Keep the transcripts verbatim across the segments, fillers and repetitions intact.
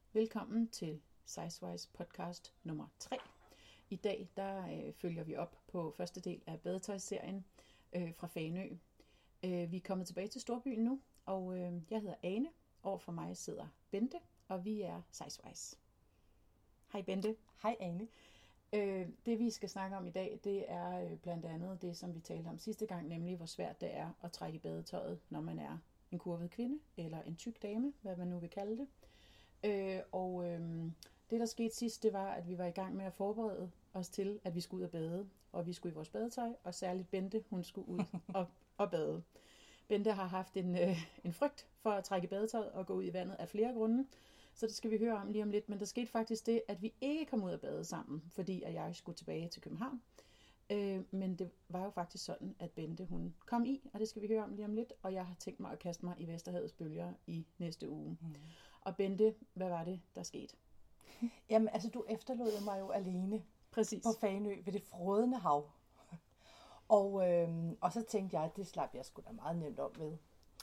Velkommen til Sizewise podcast nummer tre. I dag der øh, følger vi op på første del af badetøjsserien øh, fra Fanø. Øh, vi er kommet tilbage til Storbyen nu, og øh, jeg hedder Ane. Overfor mig sidder Bente, og vi er Sizewise. Hej Bente. Hej Ane. Øh, det vi skal snakke om i dag, det er øh, blandt andet det, som vi talte om sidste gang, nemlig hvor svært det er at trække badetøjet, når man er en kurvet kvinde eller en tyk dame, hvad man nu vil kalde det. Øh, og øh, det, der skete sidst, det var, at vi var i gang med at forberede os til, at vi skulle ud og bade. Og vi skulle i vores badetøj, og særligt Bente, hun skulle ud og, og bade. Bente har haft en, øh, en frygt for at trække badetøjet og gå ud i vandet af flere grunde. Så det skal vi høre om lige om lidt. Men der skete faktisk det, at vi ikke kom ud og bade sammen, fordi at jeg skulle tilbage til København. Øh, men det var jo faktisk sådan, at Bente hun kom i, og det skal vi høre om lige om lidt. Og jeg har tænkt mig at kaste mig i Vesterhavets bølger i næste uge. Mm. Og Bente, hvad var det, der skete? Jamen, altså du efterlod mig jo alene. Præcis. På Fanø ved det frådende hav. Og, øh, og så tænkte jeg, at det slap jeg sgu da meget nemt op med.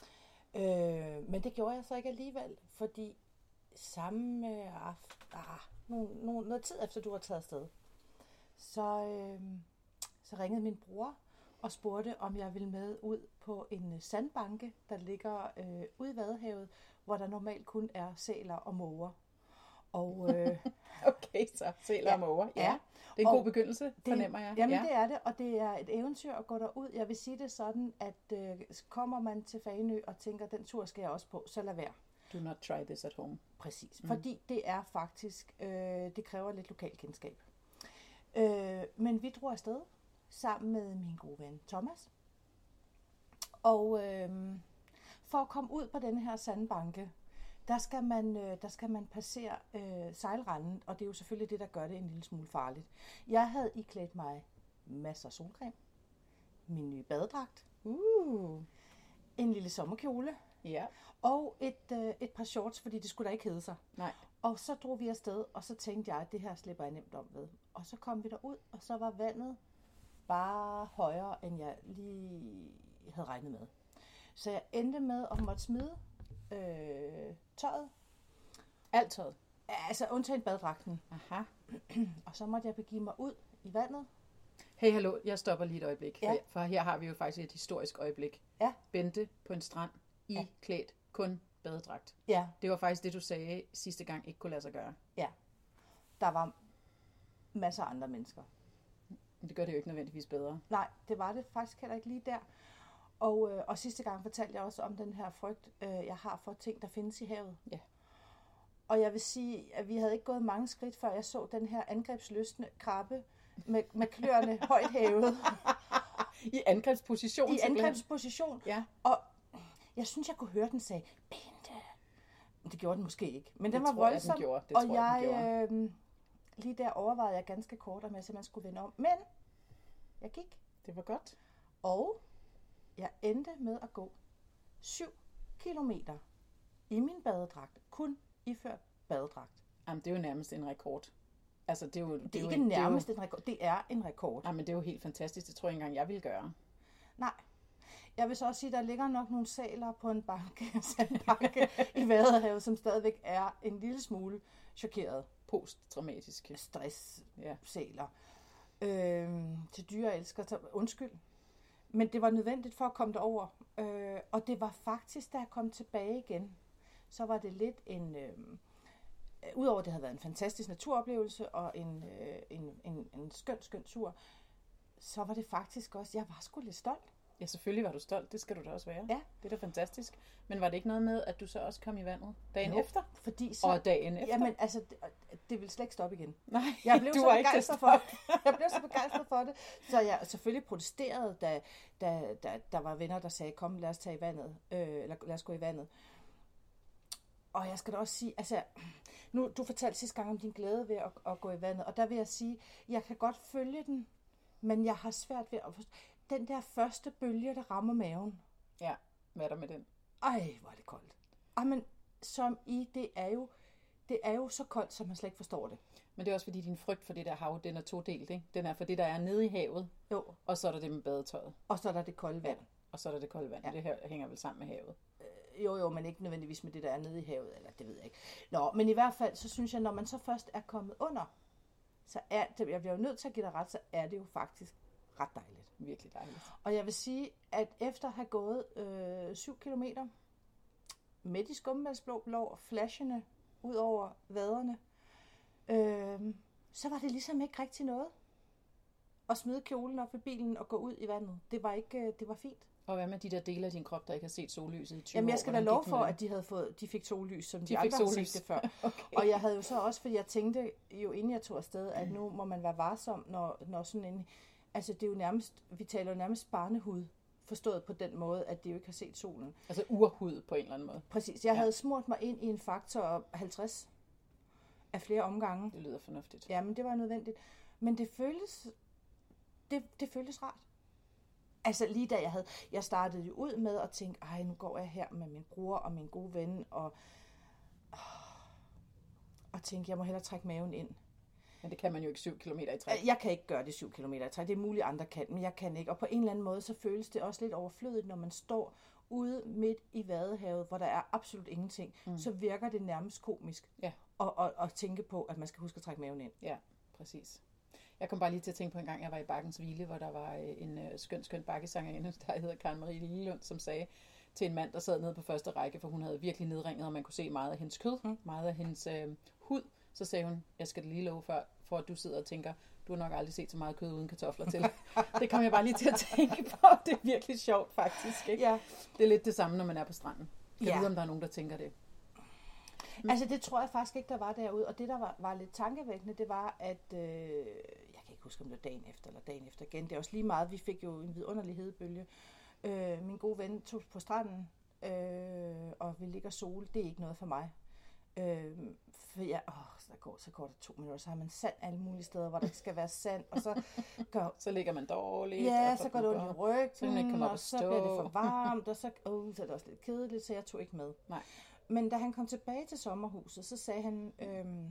Øh, men det gjorde jeg så ikke alligevel, fordi samme aften, ah, no, no, noget tid efter du var taget afsted, så, øh, så ringede min bror og spurgte, om jeg ville med ud på en sandbanke, der ligger øh, ude i Vadehavet, hvor der normalt kun er sæler og måger. Og, øh, okay, så sæler ja, og måger. Ja, ja. Det er en god begyndelse, fornemmer jeg. Jamen ja. det er det, og det er et eventyr at gå derud. Jeg vil sige det sådan, at øh, kommer man til Fanø og tænker, den tur skal jeg også på, så lad være. Do not try this at home. Præcis, mm. fordi det er faktisk, øh, det kræver lidt lokalkendskab. Øh, men vi drog afsted sammen med min gode ven Thomas. Og øh, for at komme ud på den her sandbanke, der skal man, øh, der skal man passere øh, sejlranden, og det er jo selvfølgelig det, der gør det en lille smule farligt. Jeg havde iklædt mig masser af solcreme, min nye badedragt, uh. en lille sommerkjole, ja. og et, øh, et par shorts, fordi det skulle da ikke hedde sig. Nej. Og så drog vi afsted, og så tænkte jeg, at det her slipper jeg nemt om ved. Og så kom vi derud, og så var vandet bare højere, end jeg lige havde regnet med. Så jeg endte med at måtte smide øh, tøjet. Alt tøjet? Altså undtagen baddragten. Aha. Og så måtte jeg begive mig ud i vandet. Hey, hallo, jeg stopper lige et øjeblik, ja. for her har vi jo faktisk et historisk øjeblik. Ja. Bente på en strand, i ja. klædt kun badedragt. Ja. Det var faktisk det, du sagde sidste gang ikke kunne lade sig gøre. Ja. Der var masser af andre mennesker. Men det gør det jo ikke nødvendigvis bedre. Nej, det var det faktisk heller ikke lige der. Og, øh, og sidste gang fortalte jeg også om den her frygt, øh, jeg har for ting, der findes i havet. Ja. Og jeg vil sige, at vi havde ikke gået mange skridt, før jeg så den her angrebslystne krabbe med, med kløerne højt hævet. I angrebsposition? I angrebsposition. Ja. Og jeg synes, jeg kunne høre den sige, Bente. Men det gjorde den måske ikke. Men den det var tror voldsom. Jeg, den gjorde. Det og tror jeg, jeg, den øh, lige der overvejede jeg ganske kort, om jeg simpelthen skulle vende om. Men jeg gik. Det var godt. Og jeg endte med at gå syv kilometer i min badedragt. Kun iført badedragt. Jamen, det er jo nærmest en rekord. Altså, det er jo, det er jo ikke en, nærmest det er jo, en rekord. Det er en rekord. Jamen, det er jo helt fantastisk. Det tror jeg ikke engang, jeg ville gøre. Nej. Jeg vil så også sige, at der ligger nok nogle sæler på en banke, sandbanke i Vadehavet, som stadigvæk er en lille smule chokeret. Posttraumatiske. Stress-sæler. Ja. Øhm, til dyreelsker. Så undskyld. Men det var nødvendigt for at komme derover. Øh, og det var faktisk, da jeg kom tilbage igen, så var det lidt en... Øh, Udover det havde været en fantastisk naturoplevelse og en, øh, en, en, en skøn, skøn tur, så var det faktisk også... Jeg var sgu lidt stolt. Ja, selvfølgelig var du stolt. Det skal du da også være. Ja. Det er da fantastisk. Men var det ikke noget med, at du så også kom i vandet dagen jo, efter? Fordi så, og dagen efter? Jamen, altså, det, det ville slet ikke stoppe igen. Nej, jeg blev du så var ikke begejstret for det. Jeg blev så begejstret for det. Så jeg selvfølgelig protesterede, da, da, da der var venner, der sagde, kom, lad os tage i vandet. Øh, eller lad os gå i vandet. Og jeg skal da også sige, altså, nu, du fortalte sidste gang om din glæde ved at, at gå i vandet, og der vil jeg sige, jeg kan godt følge den, men jeg har svært ved at forstå. Den der første bølge, der rammer maven. Ja, hvad er der med den? Ej, hvor er det koldt. Ej, men som i, det er jo, det er jo så koldt, som man slet ikke forstår det. Men det er også fordi, din frygt for det der hav, den er todelt, ikke? Den er for det, der er nede i havet, jo. Og så er der det med badetøjet. Og så er der det kolde vand. og så er der det kolde vand. Ja. Det her hænger vel sammen med havet. Øh, jo, jo, men ikke nødvendigvis med det, der er nede i havet, eller det ved jeg ikke. Nå, men i hvert fald, så synes jeg, når man så først er kommet under, så er det, jeg bliver jo nødt til at give dig ret, så er det jo faktisk ret dejligt. Virkelig dejligt. Og jeg vil sige, at efter at have gået øh, syv kilometer midt i skummeldsblå blå, flashene ud over vaderne, øh, så var det ligesom ikke rigtig noget at smide kjolen op i bilen og gå ud i vandet. Det var ikke, det var fint. Og hvad med de der dele af din krop, der ikke har set sollyset i tyve år? Jamen, jeg skal da love for, at de havde fået, de fik sollys, som de, de andre har set det før. Okay. Og jeg havde jo så også, fordi jeg tænkte jo, inden jeg tog afsted, at nu må man være varsom, når, når sådan en, altså det er jo nærmest, vi taler jo nærmest barnehud, forstået på den måde, at de jo ikke har set solen. Altså urhud på en eller anden måde. Præcis. Jeg ja. havde smurt mig ind i en faktor halvtreds af flere omgange. Det lyder fornuftigt. Ja, men det var nødvendigt. Men det føltes, det, det føltes rart. Altså lige da jeg havde, jeg startede jo ud med at tænke, ej, nu går jeg her med min bror og min gode ven, og, og tænke, jeg må hellere trække maven ind. Men det kan man jo ikke syv kilometer i træk. Jeg kan ikke gøre det syv kilometer i træk. Det er muligt, andre kan, men jeg kan ikke. Og på en eller anden måde, så føles det også lidt overflødigt, når man står ude midt i Vadehavet, hvor der er absolut ingenting. Mm. Så virker det nærmest komisk ja. at, at, at tænke på, at man skal huske at trække maven ind. Ja, præcis. Jeg kom bare lige til at tænke på en gang, jeg var i Bakkens Hvile, hvor der var en uh, skøn, skøn bakkesangerinde, der hedder Karen Marie Lillelund, som sagde til en mand, der sad nede på første række, for hun havde virkelig nedringet, og man kunne se meget af hendes kød, mm. meget af hendes uh, hud. Så sagde hun, jeg skal det lige love for, for at du sidder og tænker, du har nok aldrig set så meget kød uden kartofler til. Det kom jeg bare lige til at tænke på. Det er virkelig sjovt faktisk, ikke? Ja. Det er lidt det samme, når man er på stranden. Jeg ja. ved, om der er nogen, der tænker det. Men altså, det tror jeg faktisk ikke, der var derude. Og det, der var, var lidt tankevækkende, det var, at øh, jeg kan ikke huske, om det var dagen efter eller dagen efter igen. Det er også lige meget. Vi fik jo en vidunderlig hedebølge. Øh, min gode ven tog på stranden, øh, og vi ligger sol. Det er ikke noget for mig. Øh, for jeg, åh, så, går, så går der to minutter, så har man sand alle mulige steder, hvor der ikke skal være sand, og så går, så ligger man dårligt. Ja, så går det ondt i ryggen, så, ikke og så bliver det for varmt, og så, oh, så er det også lidt kedeligt, så jeg tog ikke med. Nej. Men da han kom tilbage til sommerhuset, så sagde han, øhm,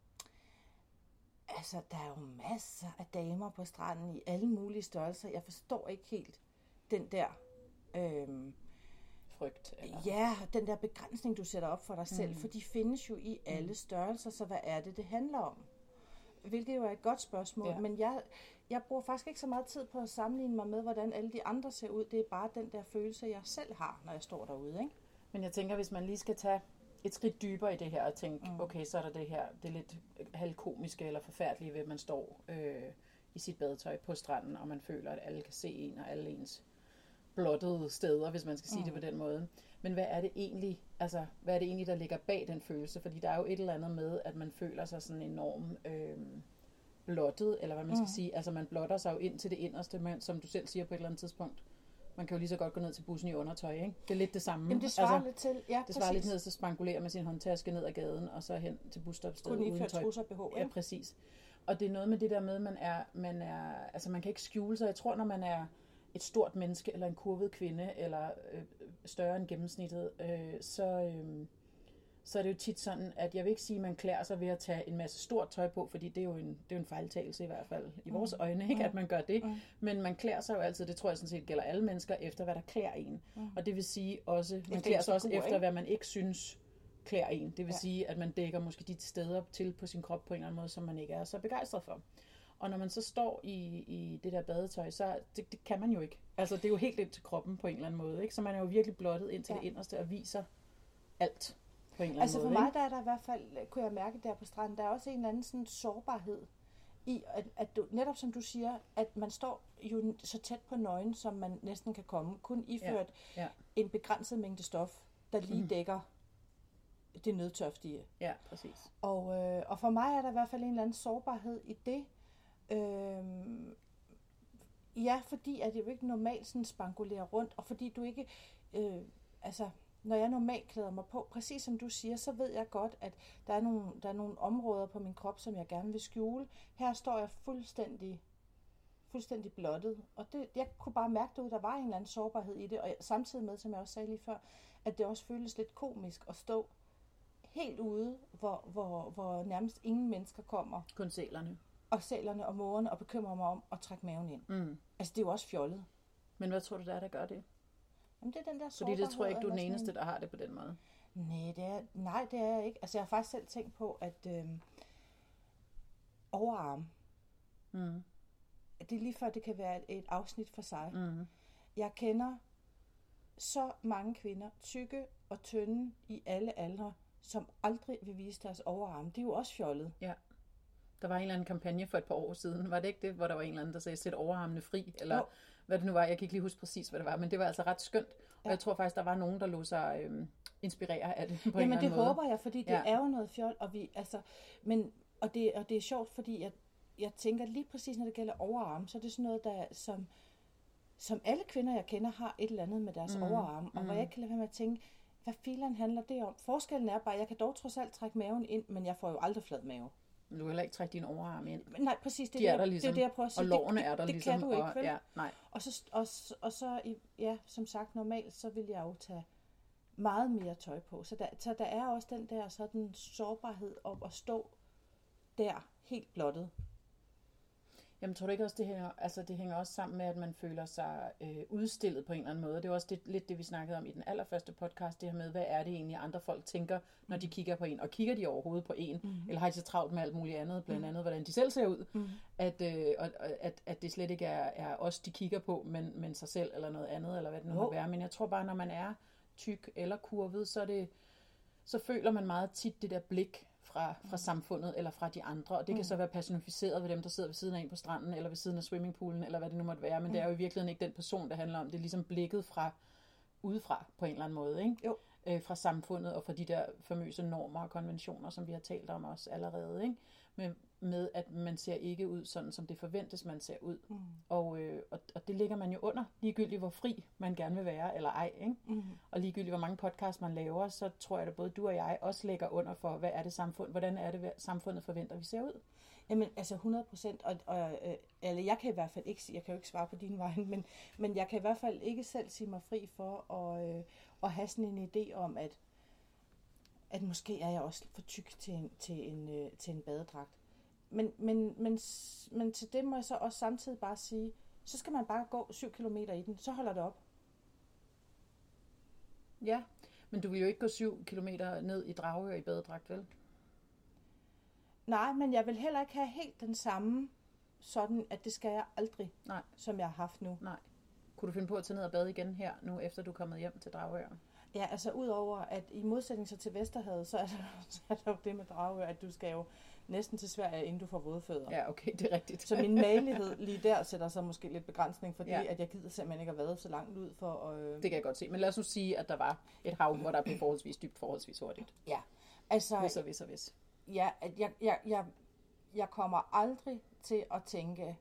altså der er jo masser af damer på stranden i alle mulige størrelser. Jeg forstår ikke helt den der øhm, frygt. Eller? Ja, den der begrænsning, du sætter op for dig selv, mm. for de findes jo i alle størrelser, så hvad er det, det handler om? Hvilket jo er et godt spørgsmål, ja. men jeg, jeg bruger faktisk ikke så meget tid på at sammenligne mig med, hvordan alle de andre ser ud. Det er bare den der følelse, jeg selv har, når jeg står derude, ikke? Men jeg tænker, hvis man lige skal tage et skridt dybere i det her og tænke, mm. okay, så er der det her, det er lidt halvkomiske eller forfærdelige ved, at man står øh, i sit badetøj på stranden, og man føler, at alle kan se en, og alle ens blottede steder, hvis man skal sige mm. det på den måde. Men hvad er det egentlig, altså, hvad er det egentlig, der ligger bag den følelse? Fordi der er jo et eller andet med, at man føler sig sådan enormt øh, blottet, eller hvad man skal mm. sige. Altså, man blotter sig jo ind til det inderste, men, som du selv siger på et eller andet tidspunkt. Man kan jo lige så godt gå ned til bussen i undertøj, ikke? Det er lidt det samme. Jamen, det svarer altså, lidt til, ja, det svarer lidt ned, så spangulerer med sin håndtaske ned ad gaden, og så hen til busstopstedet uden tøj. Trusser B H, ja, præcis. Og det er noget med det der med, man er, man er, altså man kan ikke skjule sig. Jeg tror, når man er et stort menneske, eller en kurvet kvinde, eller øh, større end gennemsnittet, øh, så, øh, så er det jo tit sådan, at jeg vil ikke sige, at man klæder sig ved at tage en masse stort tøj på, fordi det er jo en, det er jo en fejltagelse i hvert fald i vores mm. øjne, ikke, at man gør det. Mm. Men man klæder sig jo altid, det tror jeg sådan set gælder alle mennesker, efter hvad der klæder en. Mm. Og det vil sige også, man klæder sig også efter, ikke? Hvad man ikke synes klæder en. Det vil ja. sige, at man dækker måske de steder til på sin krop på en eller anden måde, som man ikke er så begejstret for. Og når man så står i, i det der badetøj, så det, det kan man jo ikke. Altså, det er jo helt ind til kroppen på en eller anden måde, ikke? Så man er jo virkelig blottet ind til ja. det inderste og viser alt på en eller anden altså, måde. Altså for mig, der er der i hvert fald, kunne jeg mærke der på stranden, der er også en eller anden sådan sårbarhed i, at, at du, netop som du siger, at man står jo så tæt på nøgen, som man næsten kan komme, kun iført ja. Ja. en begrænset mængde stof, der lige mm. dækker det nødtørftige. Ja, præcis. Og, øh, og for mig er der i hvert fald en eller anden sårbarhed i det. Øhm, ja, fordi at jeg jo ikke normalt sådan spangulerer rundt, og fordi du ikke, øh, altså, når jeg normalt klæder mig på, præcis som du siger, så ved jeg godt, at der er nogle, der er nogle områder på min krop, som jeg gerne vil skjule. Her står jeg fuldstændig, fuldstændig blottet, og det, jeg kunne bare mærke derude, der var en eller anden sårbarhed i det, og samtidig med, som jeg også sagde lige før, at det også føles lidt komisk at stå helt ude, hvor, hvor, hvor nærmest ingen mennesker kommer. Kun sælerne. Og sælerne og mågerne, og bekymrer mig om at trække maven ind. Mm. Altså, det er jo også fjollet. Men hvad tror du, der er, der gør det? Jamen, det er den der Fordi det tror jeg ikke, du er den eller eneste, sådan der har det på den måde. en- Nej, det er, nej, det er jeg ikke. Altså, jeg har faktisk selv tænkt på, at øh, overarm, Mm. det er lige før, det kan være et, et afsnit for sig. Mm. Jeg kender så mange kvinder, tykke og tynde i alle aldre, som aldrig vil vise deres overarm. Det er jo også fjollet. Ja. Der var en eller anden kampagne for et par år siden, var det ikke det, hvor der var en eller anden, der sagde, sæt overarmene fri, eller Jo. hvad det nu var, jeg kan ikke lige huske præcis, hvad det var, men det var altså ret skønt, og Ja. jeg tror faktisk, der var nogen, der lå sig øhm, inspirere af det på en Jamen, eller det anden måde. håber jeg, fordi det Ja. er jo noget fjol, og vi, altså, men, og det, og det er sjovt, fordi jeg, jeg tænker lige præcis, når det gælder overarm, så er det sådan noget, der, som, som alle kvinder, jeg kender, har et eller andet med deres Mm, mm. overarm, og mm. hvor jeg ikke kan lade være med at tænke, hvad filen handler det om? Forskellen er bare, at jeg kan dog trods alt trække maven ind, men jeg får jo aldrig flad mave. Men du kan heller ikke trække din overarm ind. Men nej, præcis, det De er, er det, der ligesom, det, er det, jeg prøver at sige. og lårene det, er der det, ligesom. Det kan du ikke, og, vel? ja, nej. Og så, og, og så i- ja, som sagt, normalt, så vil jeg jo tage meget mere tøj på. Så der, så der er også den der sådan sårbarhed op at stå der, helt blottet. Jamen, tror du ikke også, det hænger, altså, det hænger også sammen med, at man føler sig øh, udstillet på en eller anden måde? Det er også det, lidt det, vi snakkede om i den allerførste podcast, det her med, hvad er det egentlig, andre folk tænker, når de kigger på en? Og kigger de overhovedet på en? Mm. Eller har de så travlt med alt muligt andet, blandt andet, hvordan de selv ser ud? Mm. At, øh, og, og, at, at det slet ikke er, er os, de kigger på, men, men sig selv eller noget andet, eller hvad det nu må være. Men jeg tror bare, når man er tyk eller kurvet, så, er det, så føler man meget tit det der blik fra, fra samfundet eller fra de andre, og det kan så være personificeret ved dem, der sidder ved siden af en på stranden, eller ved siden af swimmingpoolen, eller hvad det nu måtte være, men det er jo i virkeligheden ikke den person, det handler om. Det er ligesom blikket fra udefra, på en eller anden måde, ikke? Jo. Øh, fra samfundet, og fra de der famøse normer og konventioner, som vi har talt om også allerede, ikke? Med, med at man ser ikke ud sådan, som det forventes, man ser ud. Mm. Og, øh, og, og det ligger man jo under, ligegyldigt hvor fri man gerne vil være, eller ej, ikke? Mm. Og ligegyldigt hvor mange podcasts man laver, så tror jeg, at både du og jeg også lægger under for, hvad er det samfund, hvordan er det, samfundet forventer, vi ser ud. Jamen, altså hundrede procent, og, og øh, eller jeg kan i hvert fald ikke sige, jeg kan jo ikke svare på din vej, men, men jeg kan i hvert fald ikke selv sige mig fri for at, øh, at have sådan en idé om, at, at måske er jeg også for tyk til en, til en, øh, til en badedragt. Men, men, men, men til det må jeg så også samtidig bare sige, så skal man bare gå syv kilometer i den, så holder det op. Ja, men du vil jo ikke gå syv kilometer ned i Dragør i badedragt, vel? Nej, men jeg vil heller ikke have helt den samme, sådan at det skal jeg aldrig, Nej. som jeg har haft nu. Nej. Kunne du finde på at tage ned og bade igen her, nu efter du er kommet hjem til Dragør? Ja, altså udover at i modsætning så til Vesterhavet, så er der, så er der jo det med Dragør, at du skal jo næsten til Sverige, inden du får våde fødder. Ja, okay, det er rigtigt. Så min magelighed lige der sætter så måske lidt begrænsning, fordi Ja. ja. at jeg gider simpelthen ikke at vade så langt ud for at... Øh... Det kan jeg godt se. Men lad os nu sige, at der var et hav, hvor der blev forholdsvis dybt, forholdsvis hurtigt. Ja, altså... Hvis og hvis og hvis. Ja, at jeg, jeg, jeg, jeg kommer aldrig til at tænke,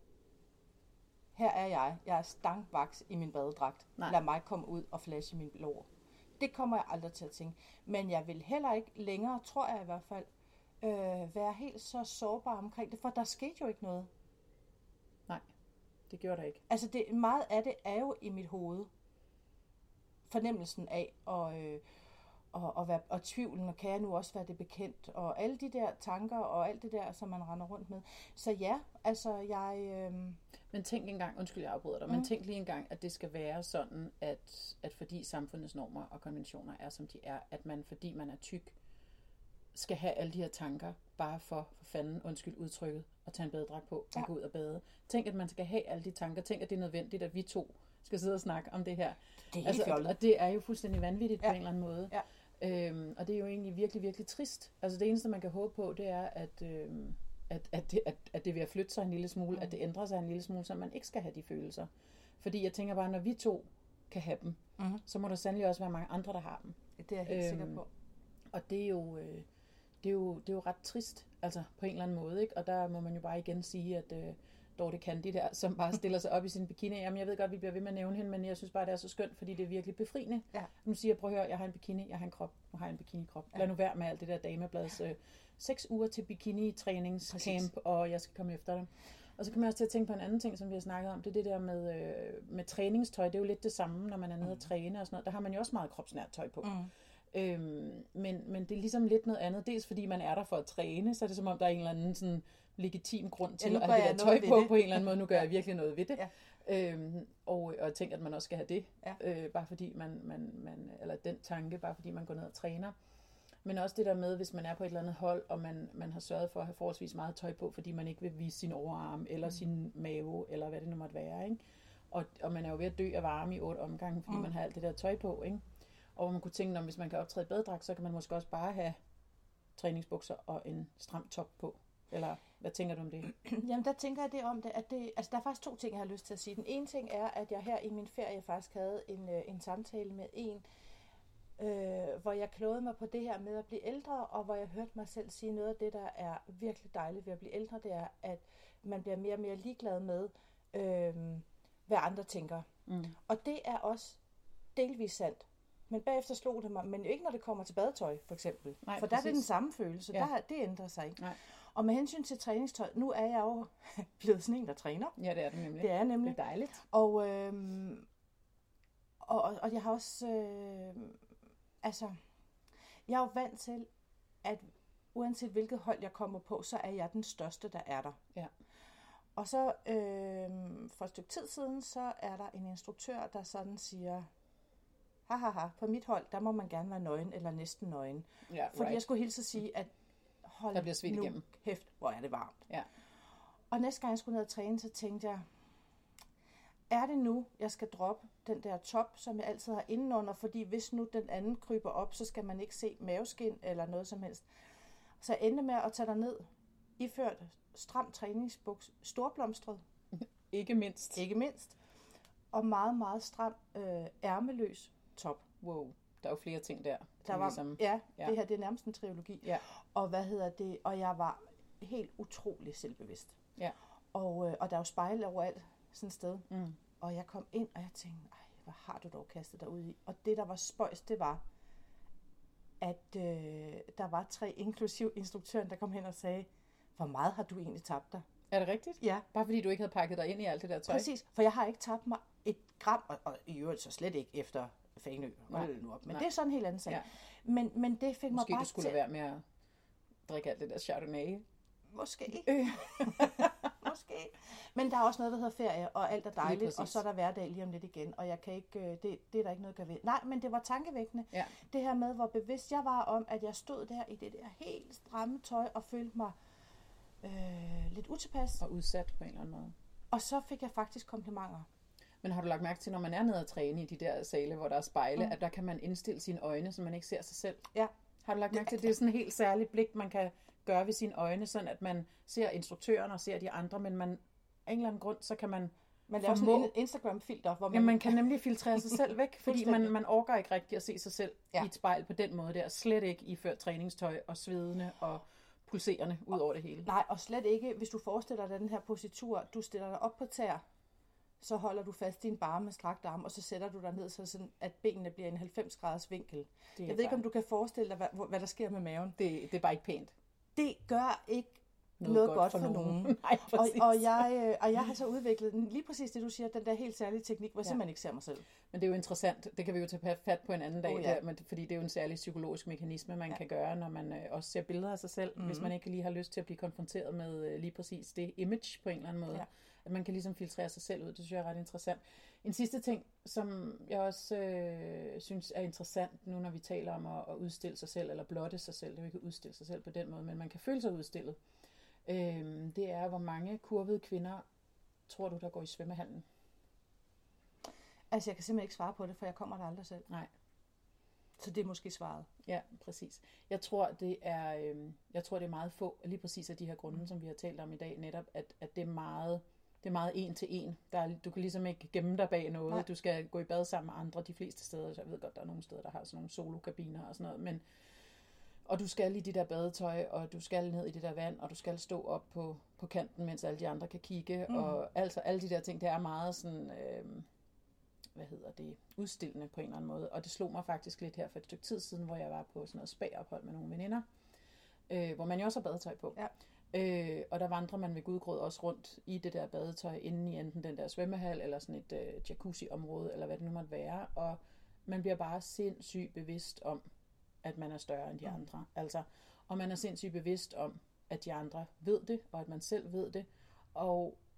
her er jeg, jeg er stankvaks i min badedragt. Nej. Lad mig komme ud og flashe min lår. Det kommer jeg aldrig til at tænke. Men jeg vil heller ikke længere, tror jeg i hvert fald, øh, være helt så sårbar omkring det, for der skete jo ikke noget. Nej, det gjorde der ikke. Altså det, meget af det er jo i mit hoved. Fornemmelsen af at, øh, og, og, være, og tvivlen, og kan jeg nu også være det bekendt, og alle de der tanker, og alt det der, som man render rundt med. Så ja, altså jeg... Øh... Men tænk engang, undskyld jeg afbryder dig, mm. men tænk lige engang, at det skal være sådan, at, at fordi samfundets normer og konventioner er, som de er, at man, fordi man er tyk, skal have alle de her tanker, bare for, for fanden, undskyld udtrykket, at tage en badedragt på og Ja. gå ud og bade. Tænk, at man skal have alle de tanker. Tænk, at det er nødvendigt, at vi to skal sidde og snakke om det her. Det er altså, helt fjollet. og det er jo fuldstændig vanvittigt Ja. på en eller anden måde. Ja. Øhm, og det er jo egentlig virkelig, virkelig trist. Altså det eneste, man kan håbe på, det er, at, øhm, at, at, det, at, at det vil at flytte sig en lille smule, mm. at det ændrer sig en lille smule, så man ikke skal have de følelser. Fordi jeg tænker bare, når vi to kan have dem, Mm-hmm. så må der sandelig også være mange andre, der har dem. Det er jeg helt øhm, sikker på. Og det er jo... Øh, det er, jo, det er jo ret trist, altså på en eller anden måde, ikke? Og der må man jo bare igen sige, at øh, Dorte Candy der, som bare stiller sig op i sin bikini, jamen jeg ved godt, vi bliver ved med at nævne hende, men jeg synes bare, det er så skønt, fordi det er virkelig befriende. Ja. Nu siger jeg, prøv at høre, jeg har en bikini, jeg har en krop, nu har jeg en bikini-krop. Ja. Lad nu være med alt det der dameblads. Øh, seks uger til bikini-træningscamp, og jeg skal komme efter dig. Og så kommer jeg også til at tænke på en anden ting, som vi har snakket om, det er det der med, øh, med træningstøj. Det er jo lidt det samme, når man er nede og træne og sådan noget. Der har man jo også meget kropsnært tøj på. Mm. Øhm, men, men det er ligesom lidt noget andet. Dels fordi man er der for at træne, så er det som om, der er en eller anden sådan legitim grund til ja, at have det der tøj på, på en eller anden måde. Nu gør jeg virkelig noget ved det. Øhm, og, og tænke, at man også skal have det, Ja. øh, bare fordi man, man, man, eller den tanke, bare fordi man går ned og træner. Men også det der med, hvis man er på et eller andet hold, og man, man har sørget for at have forholdsvis meget tøj på, fordi man ikke vil vise sin overarm, eller mm. sin mave, eller hvad det nu måtte være, ikke? Og, og man er jo ved at dø af varme i otte omgange, fordi mm. man har alt det der tøj på, ikke? Og man kunne tænke, om hvis man kan optræde i badedragt, så kan man måske også bare have træningsbukser og en stram top på. Eller hvad tænker du om det? Jamen, der tænker jeg det om det, at det, altså der er faktisk to ting, jeg har lyst til at sige. Den ene ting er, at jeg her i min ferie faktisk havde en, en samtale med en, øh, hvor jeg klogede mig på det her med at blive ældre, og hvor jeg hørte mig selv sige noget af det, der er virkelig dejligt ved at blive ældre, det er, at man bliver mere og mere ligeglad med, øh, hvad andre tænker. Mm. Og det er også delvis sandt. Men bagefter slog det mig, men ikke når det kommer til badetøj, for eksempel. Nej, for der præcis. Er det den samme følelse. Ja. Der, det ændrer sig ikke. Nej. Og med hensyn til træningstøj, nu er jeg jo blevet sådan en, der træner. Ja, det er det nemlig. Det er nemlig. Det er dejligt. Og, øhm, og, og jeg har også, øh, altså, jeg er jo vant til, at uanset hvilket hold jeg kommer på, så er jeg den største, der er der. Ja. Og så øh, for et stykke tid siden, så er der en instruktør, der sådan siger, hahaha, på mit hold, der må man gerne være nøgen eller næsten nøgen. Ja, right. Fordi jeg skulle hilse at sige, at hold der bliver svedt nu igennem. Kæft, hvor er det varmt. Ja. Og næste gang jeg skulle ned og træne, så tænkte jeg, er det nu, jeg skal droppe den der top, som jeg altid har indenunder, fordi hvis nu den anden kryber op, så skal man ikke se maveskin eller noget som helst. Så jeg endte med at tage ned iført stram træningsbuks, storblomstret. Ikke mindst. Ikke mindst. Og meget, meget stram øh, ærmeløs top. Wow, der er jo flere ting der. Der var, ligesom, ja, ja, det her det er nærmest en trilogi. Ja. Og hvad hedder det? Og jeg var helt utrolig selvbevidst. Ja. Og, øh, og der er jo spejle overalt sådan et sted. Mm. Og jeg kom ind, og jeg tænkte, ej, hvad har du dog kastet dig ud i? Og det, der var spøjs, det var, at øh, der var tre, inklusiv instruktøren, der kom hen og sagde, hvor meget har du egentlig tabt dig? Er det rigtigt? Ja. Bare fordi du ikke havde pakket dig ind i alt det der tøj? Præcis, for jeg har ikke tabt mig et gram, og, og i øvrigt så slet ikke efter Fanø. Nu op. Men Nej. det er sådan en helt anden sag. Ja. Men, men det fik Måske mig bare du skulle til... lade være med at drikke alt det der Chardonnay. Måske. Øh. Måske. Men der er også noget, der hedder ferie, og alt er dejligt, og så er der hverdag lige om lidt igen, og jeg kan ikke, det, det er der ikke noget at gøre ved. Nej, men det var tankevækkende. Ja. Det her med, hvor bevidst jeg var om, at jeg stod der i det der helt stramme tøj, og følte mig øh, lidt utilpas. Og udsat på en eller anden måde. Og så fik jeg faktisk komplimenter. Men har du lagt mærke til, når man er nede og træne i de der sale, hvor der er spejle, mm. at der kan man indstille sine øjne, så man ikke ser sig selv? Ja. Har du lagt mærke til, at det er sådan en helt særlig blik, man kan gøre ved sine øjne, sådan at man ser instruktøren og ser de andre, men man af en eller anden grund, så kan man Man laver sådan en Instagram-filter, hvor man... Ja, man kan nemlig filtrere sig selv væk, fordi man, man orker ikke rigtig at se sig selv ja. i et spejl på den måde der. Slet ikke iført træningstøj og svedende og pulserende ud over det hele. Nej, og slet ikke, hvis du forestiller dig den her positur, du stiller dig op på tæer, så holder du fast din barme med strakt arm, og så sætter du dig ned, så sådan, at benene bliver en halvfems graders vinkel. Jeg ved bare... ikke, om du kan forestille dig, hvad, hvad der sker med maven. Det, det er bare ikke pænt. Det gør ikke noget, noget godt, godt for, for nogen. nogen. Nej, og, og, jeg, og jeg har så udviklet lige præcis det, du siger, den der helt særlige teknik, hvor jeg ja. simpelthen ikke ser mig selv. Men det er jo interessant. Det kan vi jo tage fat på en anden dag, oh, ja. der, men, fordi det er jo en særlig psykologisk mekanisme, man ja. kan gøre, når man øh, også ser billeder af sig selv, mm-hmm. hvis man ikke lige har lyst til at blive konfronteret med øh, lige præcis det image på en eller anden måde. Ja. At man kan ligesom filtrere sig selv ud. Det synes jeg er ret interessant. En sidste ting, som jeg også øh, synes er interessant, nu når vi taler om at, at udstille sig selv, eller blotte sig selv, det er jo ikke udstille sig selv på den måde, men man kan føle sig udstillet. Øh, det er, hvor mange kurvede kvinder tror du, der går i svømmehallen? Altså, jeg kan simpelthen ikke svare på det, for jeg kommer der aldrig selv. Nej. Så det er måske svaret. Ja, præcis. Jeg tror, det er, øh, jeg tror, det er meget få, lige præcis af de her grunde, som vi har talt om i dag, netop, at, at det er meget... Det er meget en til en. Der er, du kan ligesom ikke gemme dig bag noget. Nej. Du skal gå i bad sammen med andre de fleste steder. Så jeg ved godt, der er nogle steder, der har sådan nogle solokabiner og sådan noget. Men, og du skal i de der badetøj, og du skal ned i det der vand, og du skal stå op på, på kanten, mens alle de andre kan kigge. Mm. Og altså alle de der ting, det er meget sådan, øh, hvad hedder det, udstillende på en eller anden måde. Og det slog mig faktisk lidt her for et stykke tid siden, hvor jeg var på sådan noget spa-ophold med nogle veninder, øh, hvor man jo også har badetøj på. Ja. Øh, og der vandrer man ved Gudgrød også rundt i det der badetøj, inde i enten den der svømmehal, eller sådan et øh, jacuzzi-område, eller hvad det nu måtte være, og man bliver bare sindssygt bevidst om, at man er større end de andre, altså, og man er sindssygt bevidst om, at de andre ved det, og at man selv ved det, og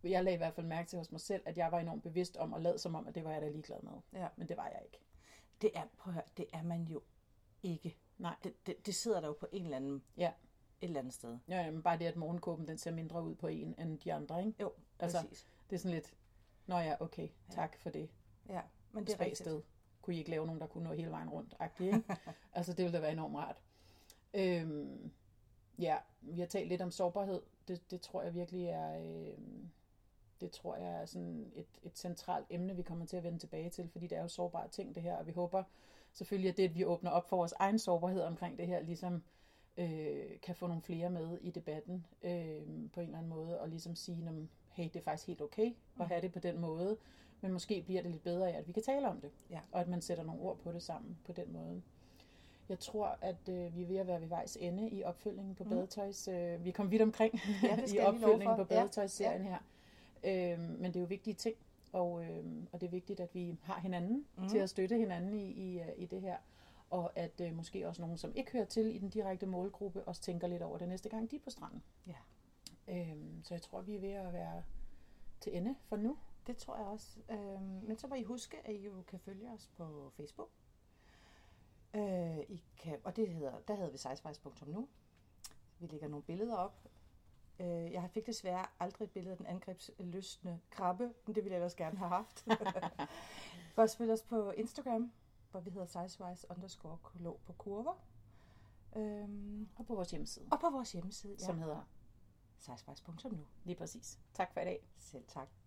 jeg lagde i hvert fald mærke til hos mig selv, at jeg var enormt bevidst om at lade som om, at det var jeg da ligeglad med. Ja. Men det var jeg ikke. Det er, prøv at høre, det er man jo ikke. Nej. Det, det, det sidder der jo på en eller anden, ja. et eller andet sted. Ja, men bare det, at morgenkåben, den ser mindre ud på en end de andre, ikke? Jo, altså, præcis. Det er sådan lidt, nå ja, okay, tak ja. for det. Ja, men det er rigtigt. Sted. Kunne I ikke lave nogen, der kunne nå hele vejen rundt? Ikke? Altså, det ville da være enormt rart. Øhm, ja, vi har talt lidt om sårbarhed. Det, det tror jeg virkelig er, øh, det tror jeg er sådan et, et centralt emne, vi kommer til at vende tilbage til, fordi det er jo sårbare ting, det her, og vi håber selvfølgelig, at det, at vi åbner op for vores egen sårbarhed omkring det her, ligesom øh, kan få nogle flere med i debatten øh, på en eller anden måde, og ligesom sige, hey, det er faktisk helt okay at have det på den måde, men måske bliver det lidt bedre af, at vi kan tale om det, ja. og at man sætter nogle ord på det sammen på den måde. Jeg tror, at øh, vi er ved at være ved vejs ende i opfølgningen på mm. badetøjs. Øh, vi kom vidt omkring ja, i opfølgningen på badetøjsserien ja. her. Øh, men det er jo vigtige ting, og, øh, og det er vigtigt, at vi har hinanden mm. til at støtte hinanden i, i, i det her. Og at øh, måske også nogen, som ikke hører til i den direkte målgruppe, også tænker lidt over det næste gang, de er på stranden. Ja. Øh, så jeg tror, vi er ved at være til ende for nu. Det tror jeg også. Øh, men så må I huske, at I jo kan følge os på Facebook. Øh, I kan, og det hedder, der hedder vi sizewise punktum nu. Vi lægger nogle billeder op. Øh, jeg fik desværre aldrig et billede af den angrebslystne krabbe, men det ville jeg ellers gerne have haft. Bare følg os på Instagram, hvor vi hedder sizewise underscore kolog på kurver. Øhm, og på vores hjemmeside. Og på vores hjemmeside, ja. Som hedder sizewise punktum nu. Lige præcis. Tak for i dag. Selv tak.